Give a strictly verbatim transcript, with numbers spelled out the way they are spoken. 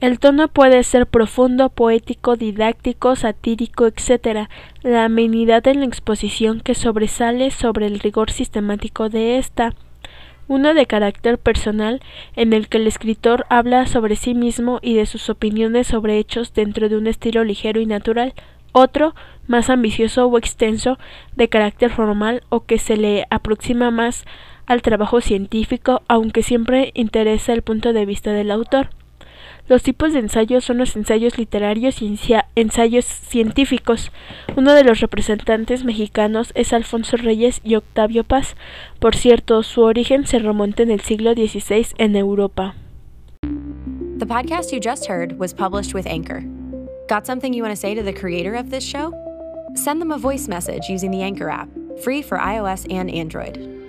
El tono puede ser profundo, poético, didáctico, satírico, etcétera. La amenidad en la exposición que sobresale sobre el rigor sistemático de esta. Uno de carácter personal, en el que el escritor habla sobre sí mismo y de sus opiniones sobre hechos dentro de un estilo ligero y natural. Otro, más ambicioso o extenso, de carácter formal o que se le aproxima más al trabajo científico, aunque siempre interesa el punto de vista del autor. Los tipos de ensayos son los ensayos literarios y ensayos científicos. Uno de los representantes mexicanos es Alfonso Reyes y Octavio Paz. Por cierto, su origen se remonta en el siglo dieciséis en Europa. The podcast you just heard was published with Anchor. Got something you want to say to the creator of this show? Send them a voice message using the Anchor app, free for iOS and Android.